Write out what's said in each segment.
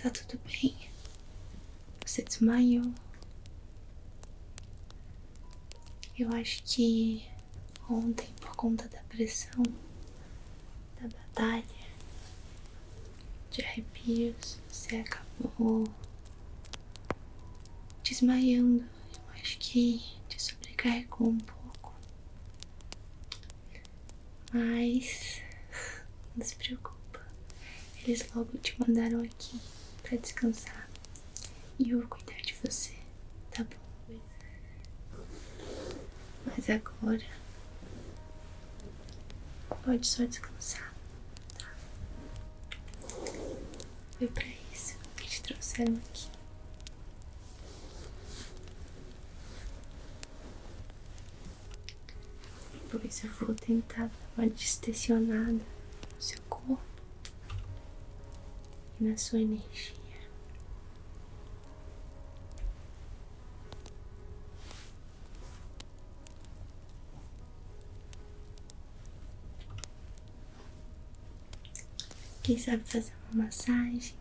Tá tudo bem. Você desmaiou. Eu acho que ontem, por conta da pressão, da batalha, de arrepios, você acabou desmaiando. Eu acho que te sobrecarregou um pouco. Mas não se preocupa. Eles logo te mandaram aqui pra descansar. E eu vou cuidar de você, tá bom? Mas agora pode só descansar, tá? Foi pra isso que te trouxeram aqui. Depois eu vou tentar dar uma distensionada no seu corpo e na sua energia. Quem sabe fazer uma massagem?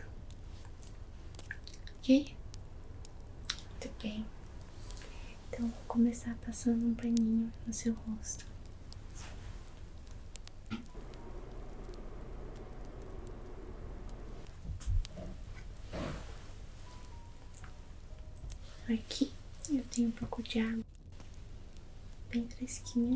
Ok? Muito bem. Então vou começar passando um paninho no seu rosto. Aqui eu tenho um pouco de água bem fresquinha.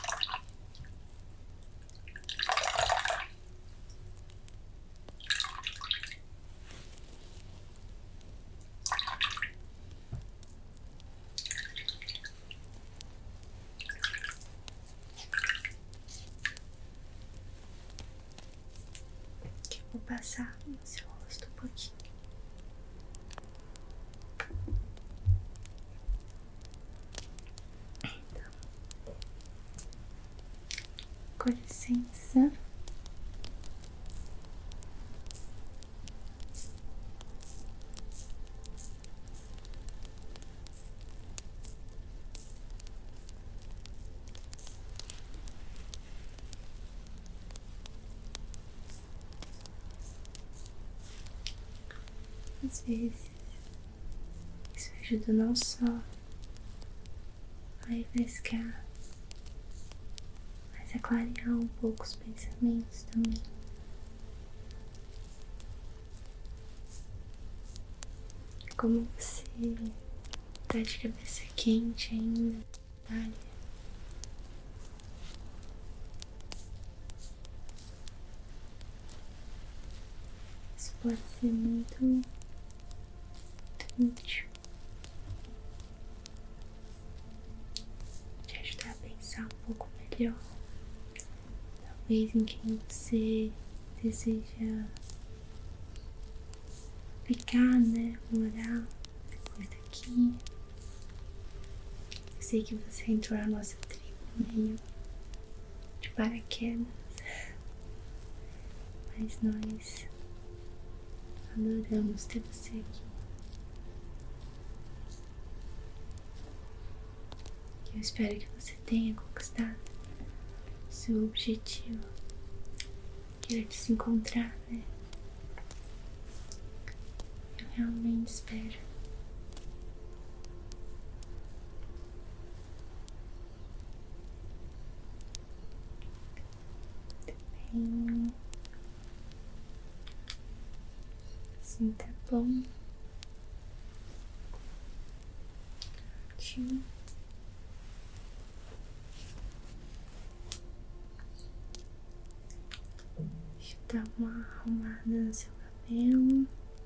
Que eu vou passar no seu rosto um pouquinho. Com licença. Às vezes, isso ajuda não só a refrescar, mas a clarear um pouco os pensamentos também. Como você tá de cabeça quente ainda, tá? Isso pode ser muito útil. Te ajudar a pensar um pouco melhor. Talvez em quem você deseja ficar, né? Morar depois daqui. Eu sei que você entrou na nossa tribo meio de paraquedas, mas nós adoramos ter você aqui. Eu espero que você tenha conquistado seu objetivo, que era de se encontrar, né? Eu realmente espero. Bem, assim tá bom. Ótimo. Deixa eu dar uma arrumada no seu cabelo.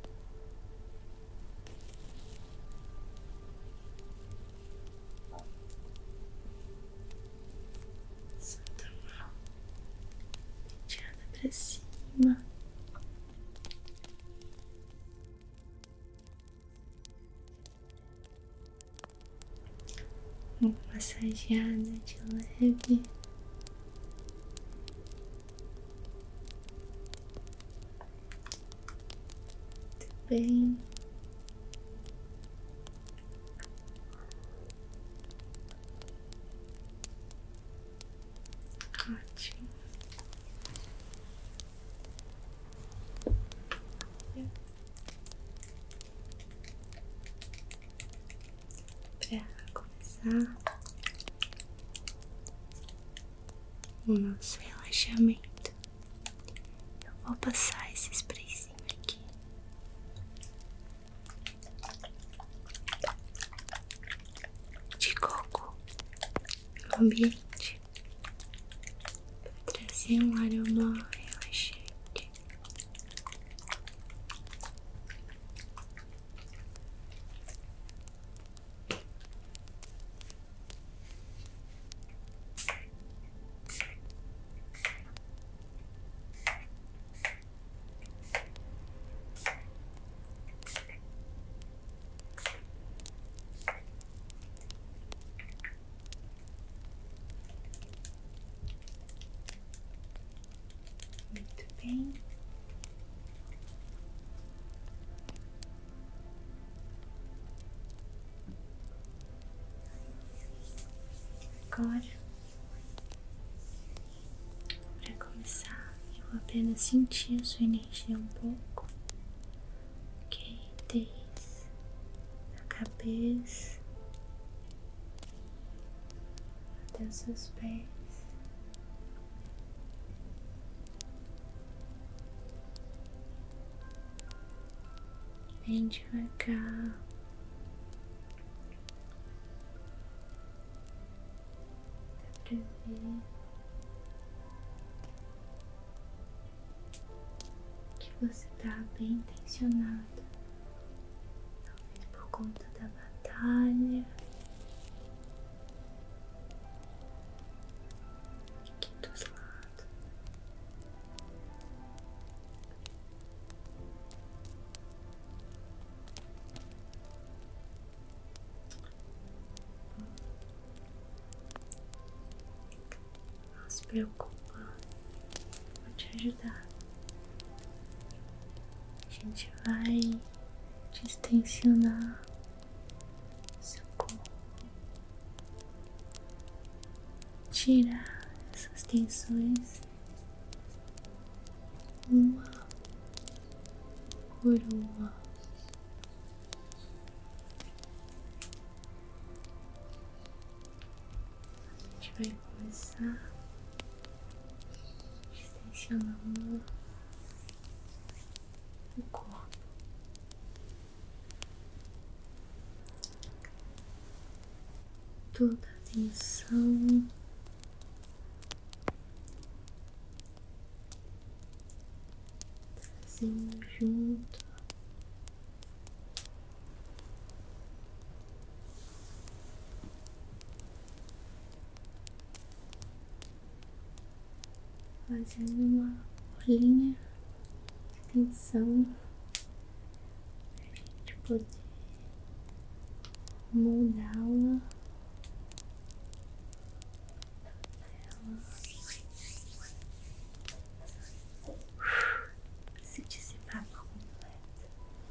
Só dar uma penteada pra cima. Uma massageada de leve. Muito bem. Ótimo. começar o nosso relaxamento. Eu vou passar esse sprayzinho aqui de coco no ambiente para trazer um aroma relaxante. Muito bem. Agora, para começar, eu vou apenas sentir a sua energia um pouco, ok? Desde a cabeça até os seus pés. Bem devagar. Dá pra ver que você tá bem tensionado, talvez por conta da batalha. Aqui dos lados. Não se preocupa, vou te ajudar. A gente vai distensionar seu corpo, tirar essas tensões uma por uma. A gente vai começar distensionando o corpo. Toda a tensão trazendo junto fazendo uma bolinha de tensão pra gente poder moldá-la se dissipar por completo.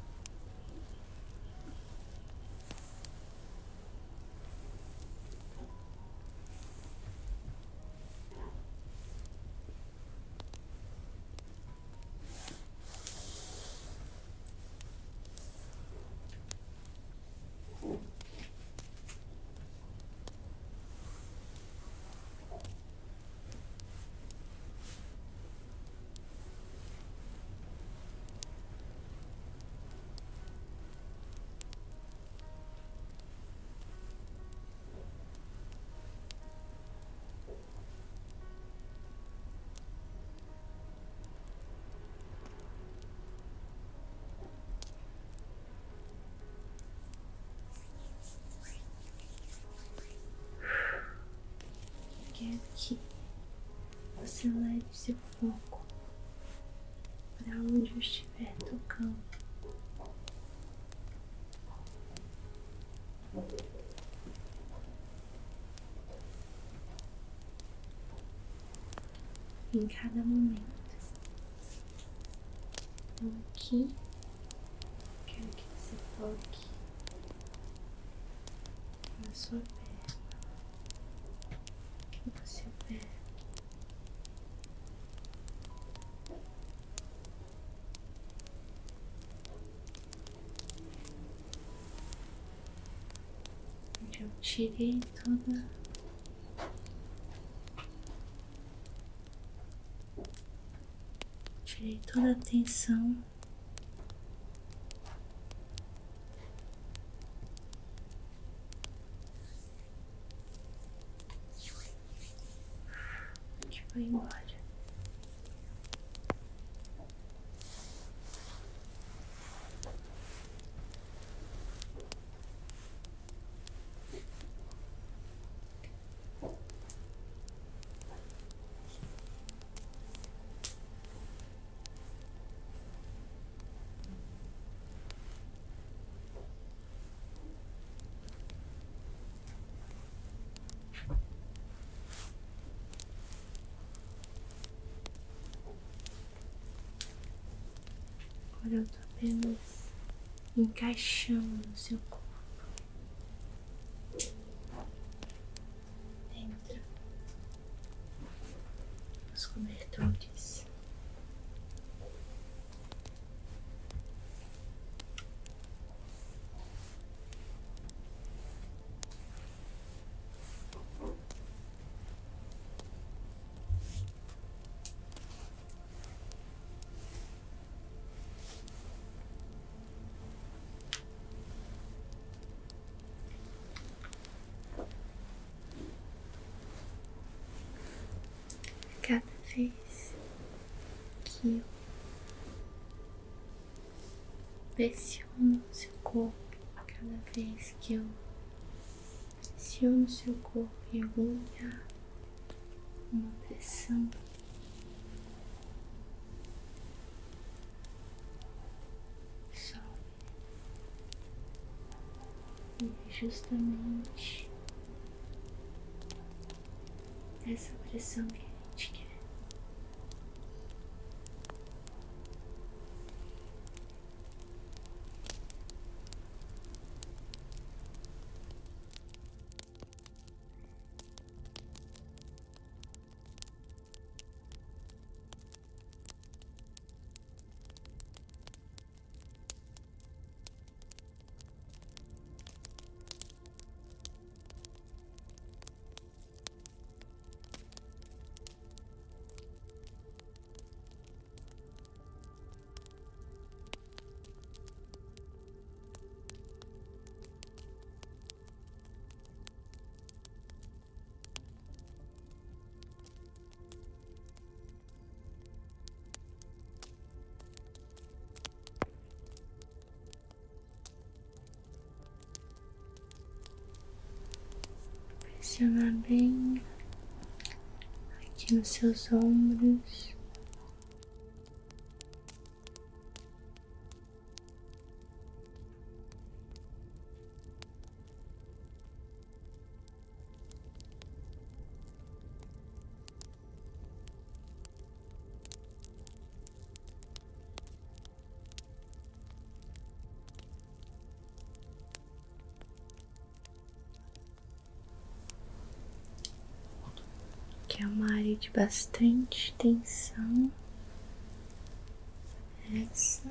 Quero que você leve seu foco para onde eu estiver tocando. Em cada momento. Então aqui, quero que você foque na sua perna, no seu pé. Onde eu tirei toda a tensão. Que foi embora. Agora eu tô apenas encaixando no seu corpo, dentro dos cobertores. Cada vez que eu pressiono seu corpo, cada vez que eu pressiono seu corpo em algum lugar, uma pressão, sobe. E é justamente essa pressão que a gente quer. Pressionar bem aqui nos seus ombros. Que é uma área de bastante tensão. Essa.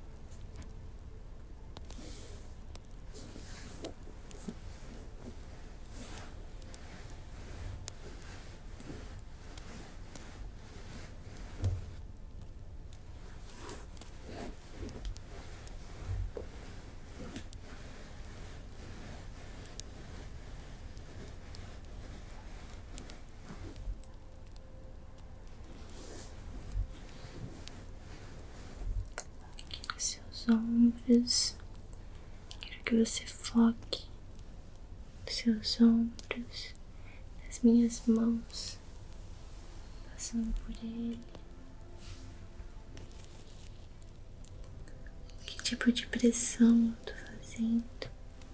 Seus ombros, quero que você foque nos seus ombros, nas minhas mãos, passando por ele. Que tipo de pressão eu tô fazendo?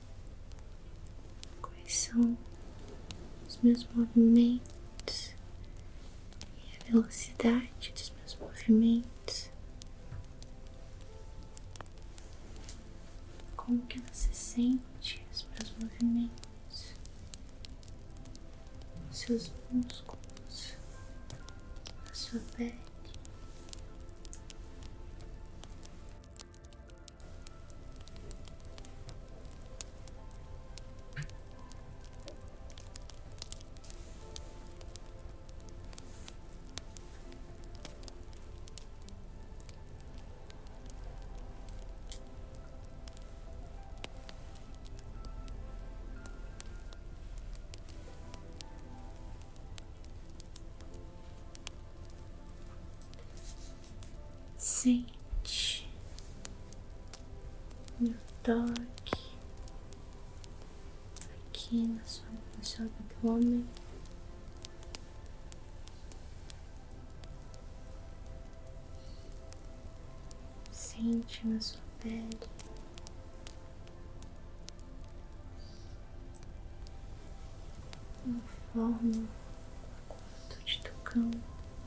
Quais são os meus movimentos e a velocidade dos meus movimentos? Como que você sente os meus movimentos, os seus músculos, a sua pele? Sente meu toque aqui no seu abdômen. Sente na sua pele. Uma forma como tô te tocando.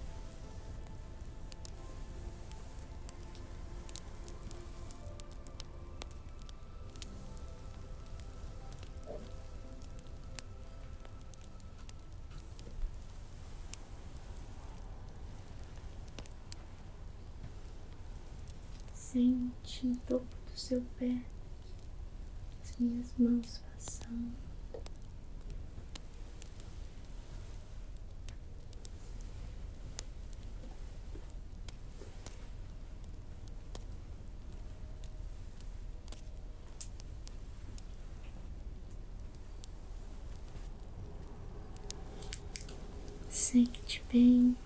Sente no topo do seu pé as minhas mãos passando. Sente bem.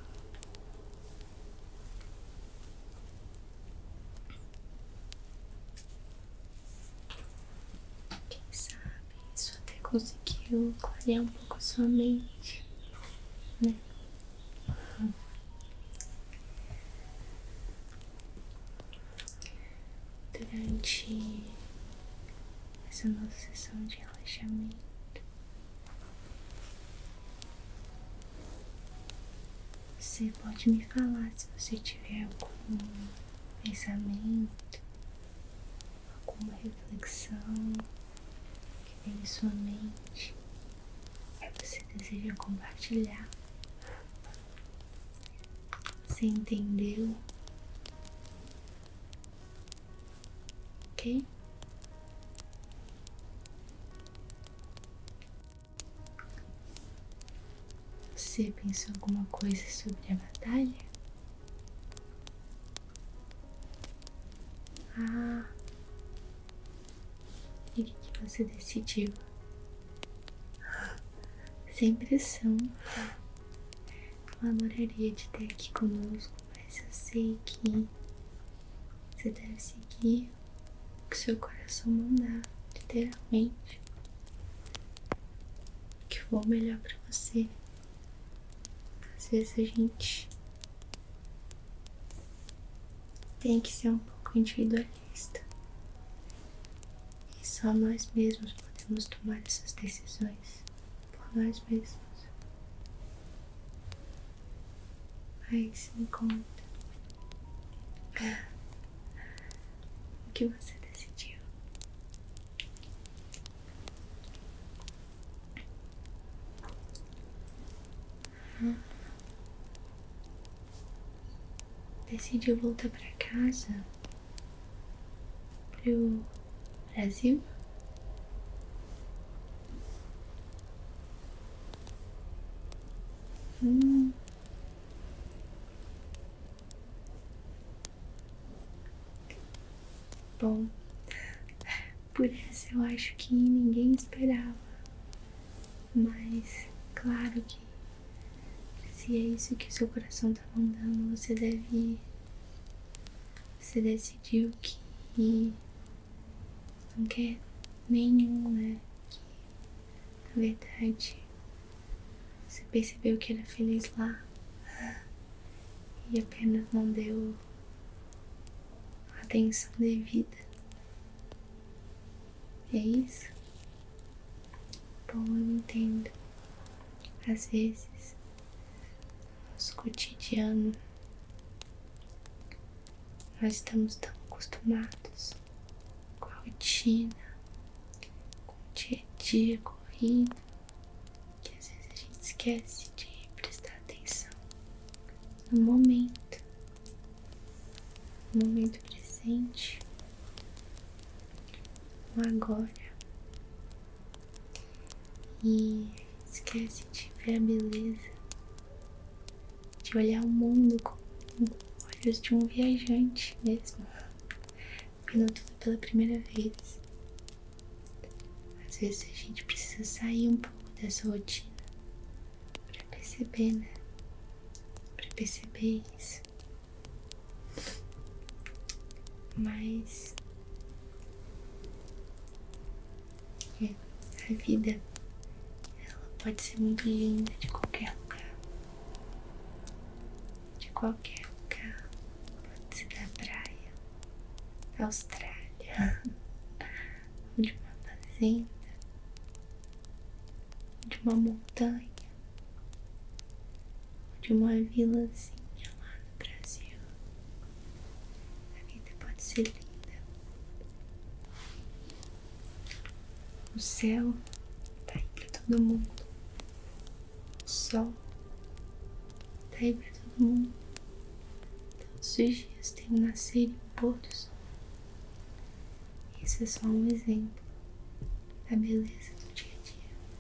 Quem sabe isso até conseguiu clarear um pouco a sua mente, né? Durante essa nossa sessão de relaxamento, você pode me falar se você tiver algum pensamento, alguma reflexão que vem em sua mente que você deseja compartilhar. Você entendeu? Ok? Você pensou alguma coisa sobre a batalha? Ah, e o que você decidiu? Sem pressão. Eu adoraria te ter aqui conosco, mas eu sei que você deve seguir o que seu coração mandar, literalmente. O que for melhor pra você. Às vezes a gente tem que ser um pouco individualista. E só nós mesmos podemos tomar essas decisões por nós mesmos. Mas me conta, o que você decidiu? Decidiu voltar pra casa, pro Brasil? Bom, por essa eu acho que ninguém esperava. Mas, claro que se é isso que o seu coração tá mandando, você deve ir. Você decidiu que não quer nenhum, né? Que, na verdade, você percebeu que era feliz lá e apenas não deu a atenção devida. É isso? Bom, eu entendo. Às vezes, no nosso cotidiano, nós estamos tão acostumados com a rotina, com o dia a dia corrido, que às vezes a gente esquece de prestar atenção no momento presente, no agora, e esquece de ver a beleza, de olhar o mundo com olhos de um viajante mesmo, vendo tudo pela primeira vez. Às vezes a gente precisa sair um pouco dessa rotina pra perceber, né? Pra perceber isso. Mas a vida, ela pode ser muito linda de qualquer lugar. De qualquer lugar. Pode ser da praia, da Austrália, ou de uma fazenda, ou de uma montanha, ou de uma vilazinha lá no Brasil. A vida pode ser linda. O céu tá aí pra todo mundo. O sol tá aí pra todo mundo. Todos os dias tem um nascer e um pôr do sol. Isso é só um exemplo da beleza do dia a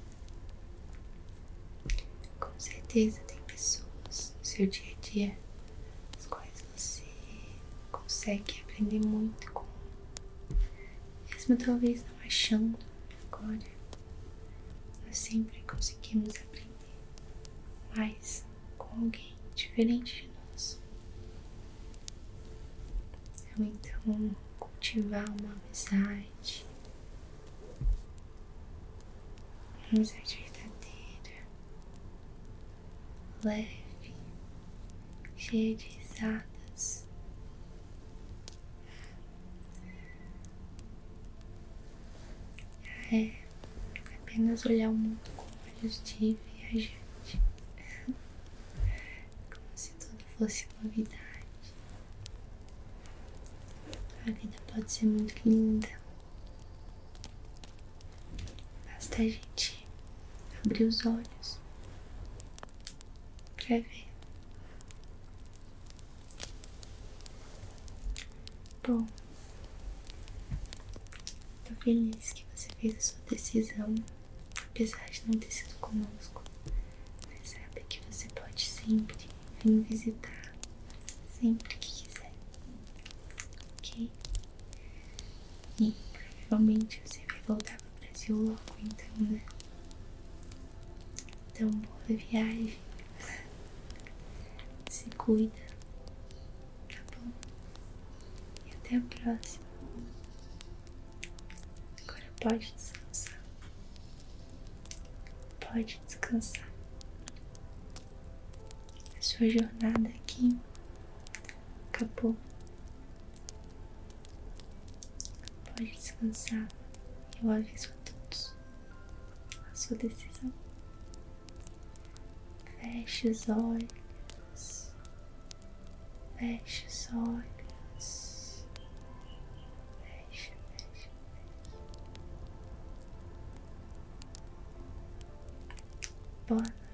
dia. Com certeza tem pessoas no seu dia a dia as quais você consegue aprender muito com, mesmo talvez não achando agora. Nós sempre conseguimos aprender mais com alguém diferente de nós. Ou então cultivar uma amizade verdadeira, leve, cheia de risadas. É apenas olhar o mundo com olhos de viajante, como se tudo fosse novidade. A vida pode ser muito linda. Basta a gente abrir os olhos pra ver. Bom, tô feliz que você fez a sua decisão, apesar de não ter sido conosco. Mas sabe que você pode sempre vir visitar, sempre que quiser, ok? E provavelmente você vai voltar pro Brasil logo, então, né? Então, boa viagem. Se cuida, tá bom? E até a próxima. Agora pode descansar. Pode descansar. A sua jornada aqui acabou. Pode descansar. Eu aviso a todos a sua decisão. Feche os olhos. Feche os olhos. Feche, feche. Boa noite.